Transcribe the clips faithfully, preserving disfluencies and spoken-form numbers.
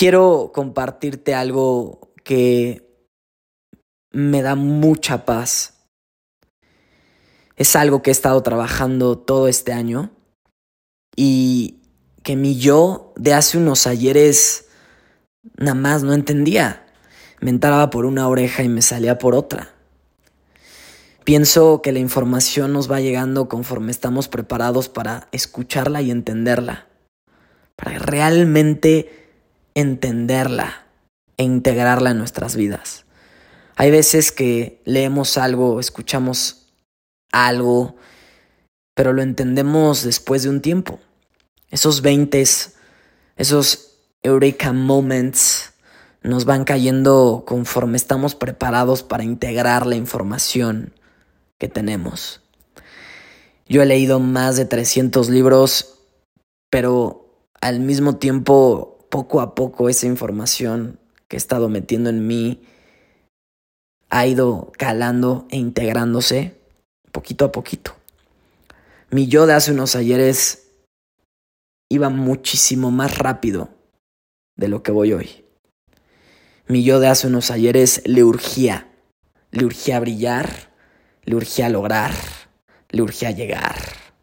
quiero compartirte algo que me da mucha paz. Es algo que he estado trabajando todo este año y que mi yo de hace unos ayeres nada más no entendía. Me entraba por una oreja y me salía por otra. Pienso que la información nos va llegando conforme estamos preparados para escucharla y entenderla. Para realmente entenderla e integrarla en nuestras vidas. Hay veces que leemos algo, escuchamos algo, pero lo entendemos después de un tiempo. Esos veintes, esos eureka moments nos van cayendo conforme estamos preparados para integrar la información que tenemos. Yo he leído más de trescientos libros, pero al mismo tiempo, poco a poco, esa información que he estado metiendo en mí ha ido calando e integrándose poquito a poquito. Mi yo de hace unos ayeres iba muchísimo más rápido de lo que voy hoy. Mi yo de hace unos ayeres le urgía, le urgía brillar, le urgía lograr, le urgía llegar.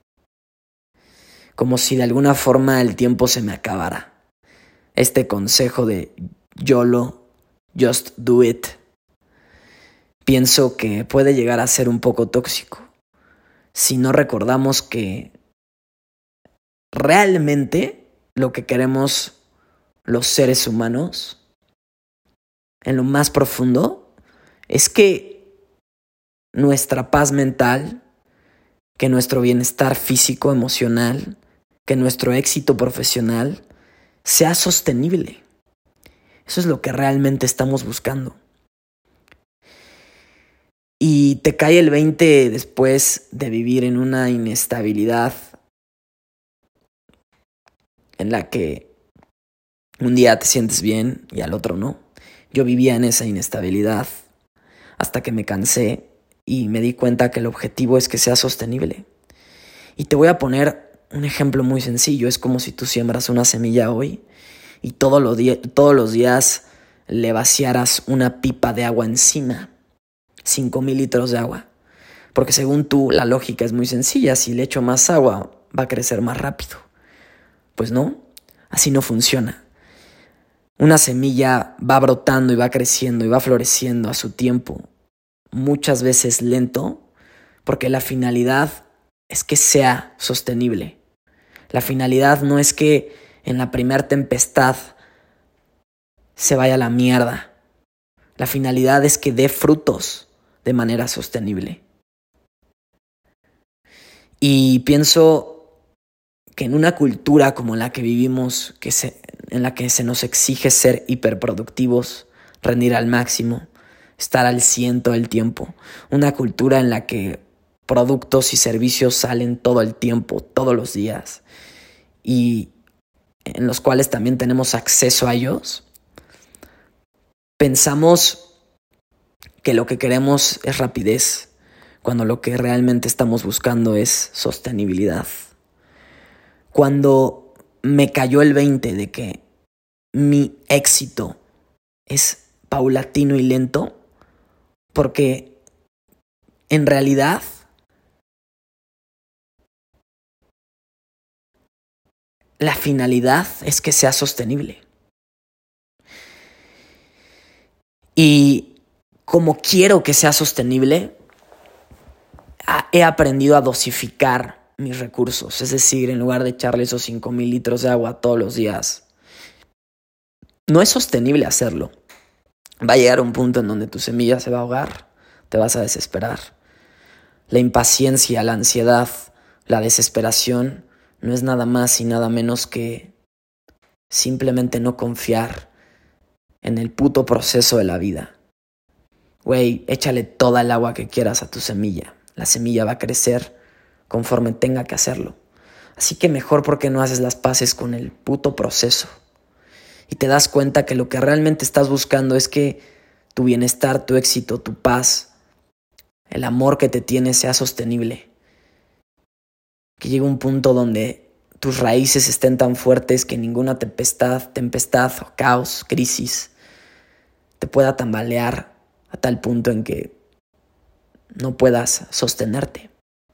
Como si de alguna forma el tiempo se me acabara. Este consejo de YOLO, just do it, pienso que puede llegar a ser un poco tóxico si no recordamos que realmente lo que queremos los seres humanos en lo más profundo es que nuestra paz mental, que nuestro bienestar físico, emocional, que nuestro éxito profesional sea sostenible. Eso es lo que realmente estamos buscando. Y te cae el veinte después de vivir en una inestabilidad en la que un día te sientes bien y al otro no. Yo vivía en esa inestabilidad hasta que me cansé y me di cuenta que el objetivo es que sea sostenible. Y te voy a poner un ejemplo muy sencillo. Es como si tú siembras una semilla hoy y todos los días, todos los días le vaciaras una pipa de agua encima. cinco mil litros de agua. Porque según tú, la lógica es muy sencilla. Si le echo más agua, va a crecer más rápido. Pues no, así no funciona. Una semilla va brotando y va creciendo y va floreciendo a su tiempo. Muchas veces lento, porque la finalidad es que sea sostenible. La finalidad no es que en la primera tempestad se vaya a la mierda. La finalidad es que dé frutos de manera sostenible. Y pienso que en una cultura como la que vivimos, que se, en la que se nos exige ser hiperproductivos, rendir al máximo, estar al cien todo el tiempo, una cultura en la que productos y servicios salen todo el tiempo, todos los días, y en los cuales también tenemos acceso a ellos, pensamos que lo que queremos es rapidez, cuando lo que realmente estamos buscando es sostenibilidad. Cuando me cayó el veinte de que mi éxito es paulatino y lento, porque en realidad la finalidad es que sea sostenible. Y como quiero que sea sostenible, he aprendido a dosificar mis recursos. Es decir, en lugar de echarle esos cinco mil litros de agua todos los días, no es sostenible hacerlo. Va a llegar un punto en donde tu semilla se va a ahogar, te vas a desesperar. La impaciencia, la ansiedad, la desesperación no es nada más y nada menos que simplemente no confiar en el puto proceso de la vida. Güey, échale toda el agua que quieras a tu semilla. La semilla va a crecer conforme tenga que hacerlo. Así que mejor porque no haces las paces con el puto proceso. Y te das cuenta que lo que realmente estás buscando es que tu bienestar, tu éxito, tu paz, el amor que te tienes sea sostenible. Que llegue un punto donde tus raíces estén tan fuertes que ninguna tempestad, tempestad o caos, crisis te pueda tambalear a tal punto en que no puedas sostenerte.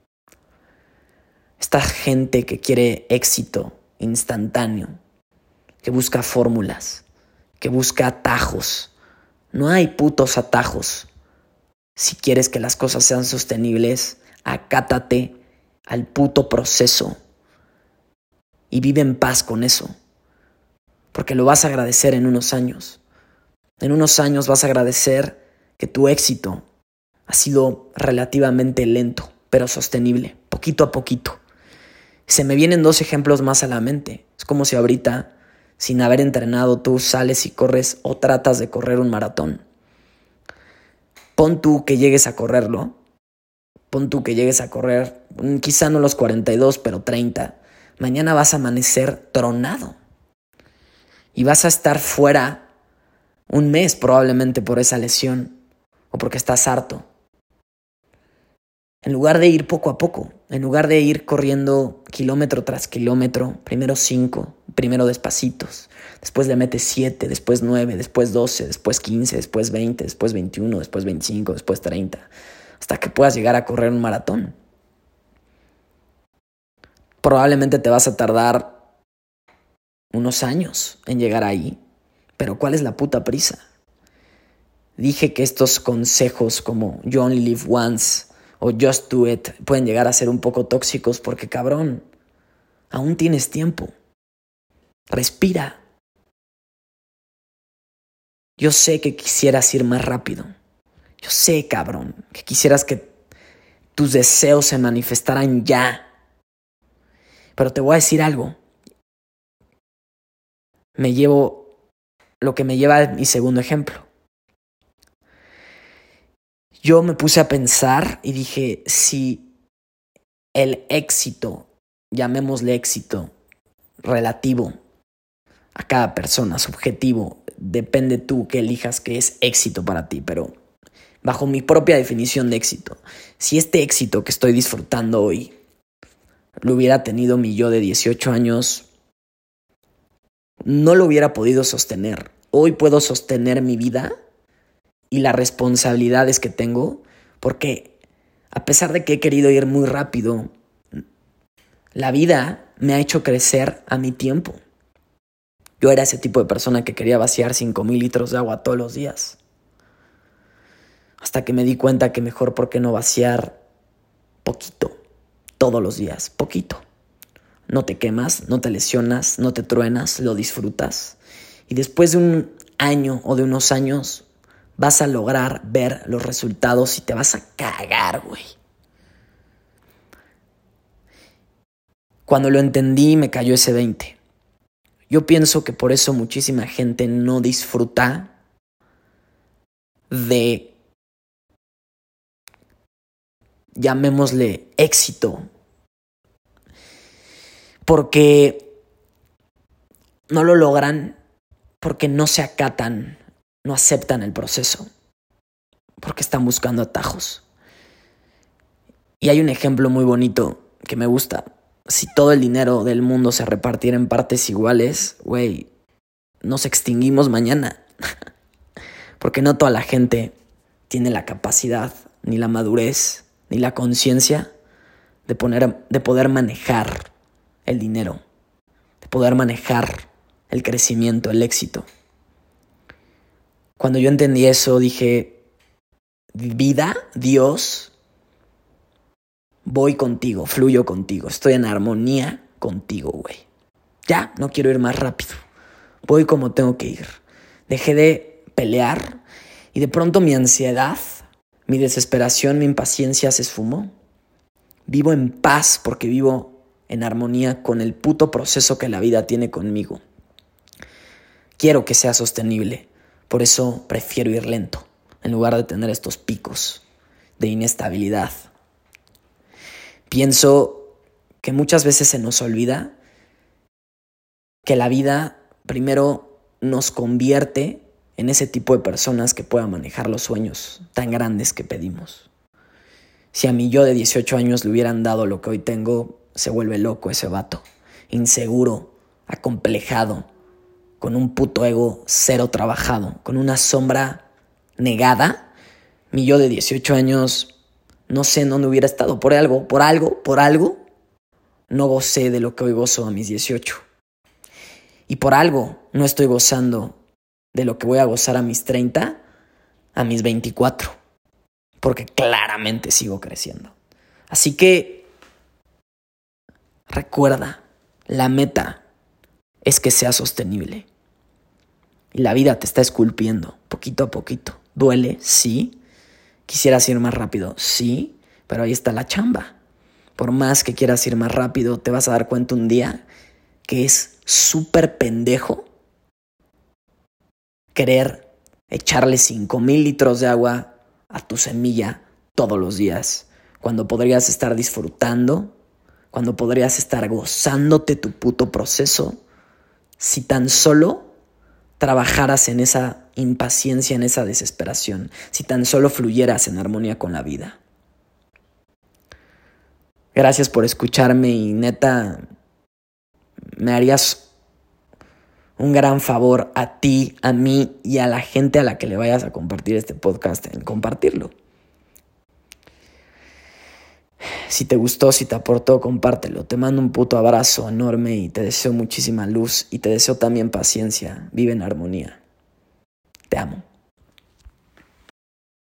Esta gente que quiere éxito instantáneo, que busca fórmulas, que busca atajos. No hay putos atajos. Si quieres que las cosas sean sostenibles, acátate al puto proceso y vive en paz con eso, porque lo vas a agradecer en unos años. En unos años vas a agradecer que tu éxito ha sido relativamente lento, pero sostenible, poquito a poquito. Se me vienen dos ejemplos más a la mente. Es como si ahorita, sin haber entrenado, tú sales y corres o tratas de correr un maratón. Pon tú que llegues a correrlo. Pon tú que llegues a correr, quizá no los cuarenta y dos, pero treinta. Mañana vas a amanecer tronado. Y vas a estar fuera un mes probablemente por esa lesión o porque estás harto. En lugar de ir poco a poco, en lugar de ir corriendo kilómetro tras kilómetro, primero cinco, primero despacitos, después le metes siete, después nueve, después doce, después quince, después veinte, después veintiuno, después veinticinco, después treinta, hasta que puedas llegar a correr un maratón. Probablemente te vas a tardar unos años en llegar ahí, pero ¿cuál es la puta prisa? Dije que estos consejos como You Only Live Once o Just Do It pueden llegar a ser un poco tóxicos porque, cabrón, aún tienes tiempo. Respira. Yo sé que quisieras ir más rápido. Yo sé, cabrón, que quisieras que tus deseos se manifestaran ya. Pero te voy a decir algo. Me llevo lo que me lleva a mi segundo ejemplo. Yo me puse a pensar y dije, si el éxito, llamémosle éxito, relativo a cada persona, subjetivo, depende tú que elijas qué es éxito para ti, pero bajo mi propia definición de éxito, si este éxito que estoy disfrutando hoy lo hubiera tenido mi yo de dieciocho años, no lo hubiera podido sostener. Hoy puedo sostener mi vida y las responsabilidades que tengo, porque a pesar de que he querido ir muy rápido, la vida me ha hecho crecer a mi tiempo. Yo era ese tipo de persona que quería vaciar cinco mil litros de agua todos los días. Hasta que me di cuenta que mejor, ¿por qué no vaciar poquito? Todos los días, poquito. No te quemas, no te lesionas, no te truenas, lo disfrutas. Y después de un año o de unos años vas a lograr ver los resultados y te vas a cagar, güey. Cuando lo entendí me cayó ese veinte. Yo pienso que por eso muchísima gente no disfruta de, llamémosle, éxito. Porque no lo logran, porque no se acatan, no aceptan el proceso, porque están buscando atajos. Y hay un ejemplo muy bonito que me gusta. Si todo el dinero del mundo se repartiera en partes iguales, güey, nos extinguimos mañana. Porque no toda la gente tiene la capacidad, ni la madurez, ni la conciencia de, poner, de poder manejar el dinero, de poder manejar el crecimiento, el éxito. Cuando yo entendí eso, dije, vida, Dios, voy contigo, fluyo contigo, estoy en armonía contigo, güey. Ya, no quiero ir más rápido, voy como tengo que ir. Dejé de pelear y de pronto mi ansiedad, mi desesperación, mi impaciencia se esfumó. Vivo en paz porque vivo en armonía con el puto proceso que la vida tiene conmigo. Quiero que sea sostenible, por eso prefiero ir lento, en lugar de tener estos picos de inestabilidad. Pienso que muchas veces se nos olvida que la vida primero nos convierte en ese tipo de personas que puedan manejar los sueños tan grandes que pedimos. Si a mi yo de dieciocho años le hubieran dado lo que hoy tengo, se vuelve loco ese vato inseguro, acomplejado, con un puto ego cero trabajado, con una sombra negada, mi yo de dieciocho años, no sé en dónde hubiera estado. Por algo, por algo, por algo, no gocé de lo que hoy gozo a mis dieciocho. Y por algo no estoy gozando de lo que voy a gozar a mis treinta, a mis veinticuatro. Porque claramente sigo creciendo. Así que recuerda, la meta es que sea sostenible. Y la vida te está esculpiendo poquito a poquito. Duele, sí. Quisieras ir más rápido, sí. Pero ahí está la chamba. Por más que quieras ir más rápido, te vas a dar cuenta un día que es súper pendejo querer echarle cinco mil litros de agua a tu semilla todos los días, cuando podrías estar disfrutando, cuando podrías estar gozándote tu puto proceso, si tan solo trabajaras en esa impaciencia, en esa desesperación, si tan solo fluyeras en armonía con la vida. Gracias por escucharme y neta, me harías un gran favor a ti, a mí y a la gente a la que le vayas a compartir este podcast en compartirlo. Si te gustó, si te aportó, compártelo. Te mando un puto abrazo enorme y te deseo muchísima luz y te deseo también paciencia. Vive en armonía. Te amo.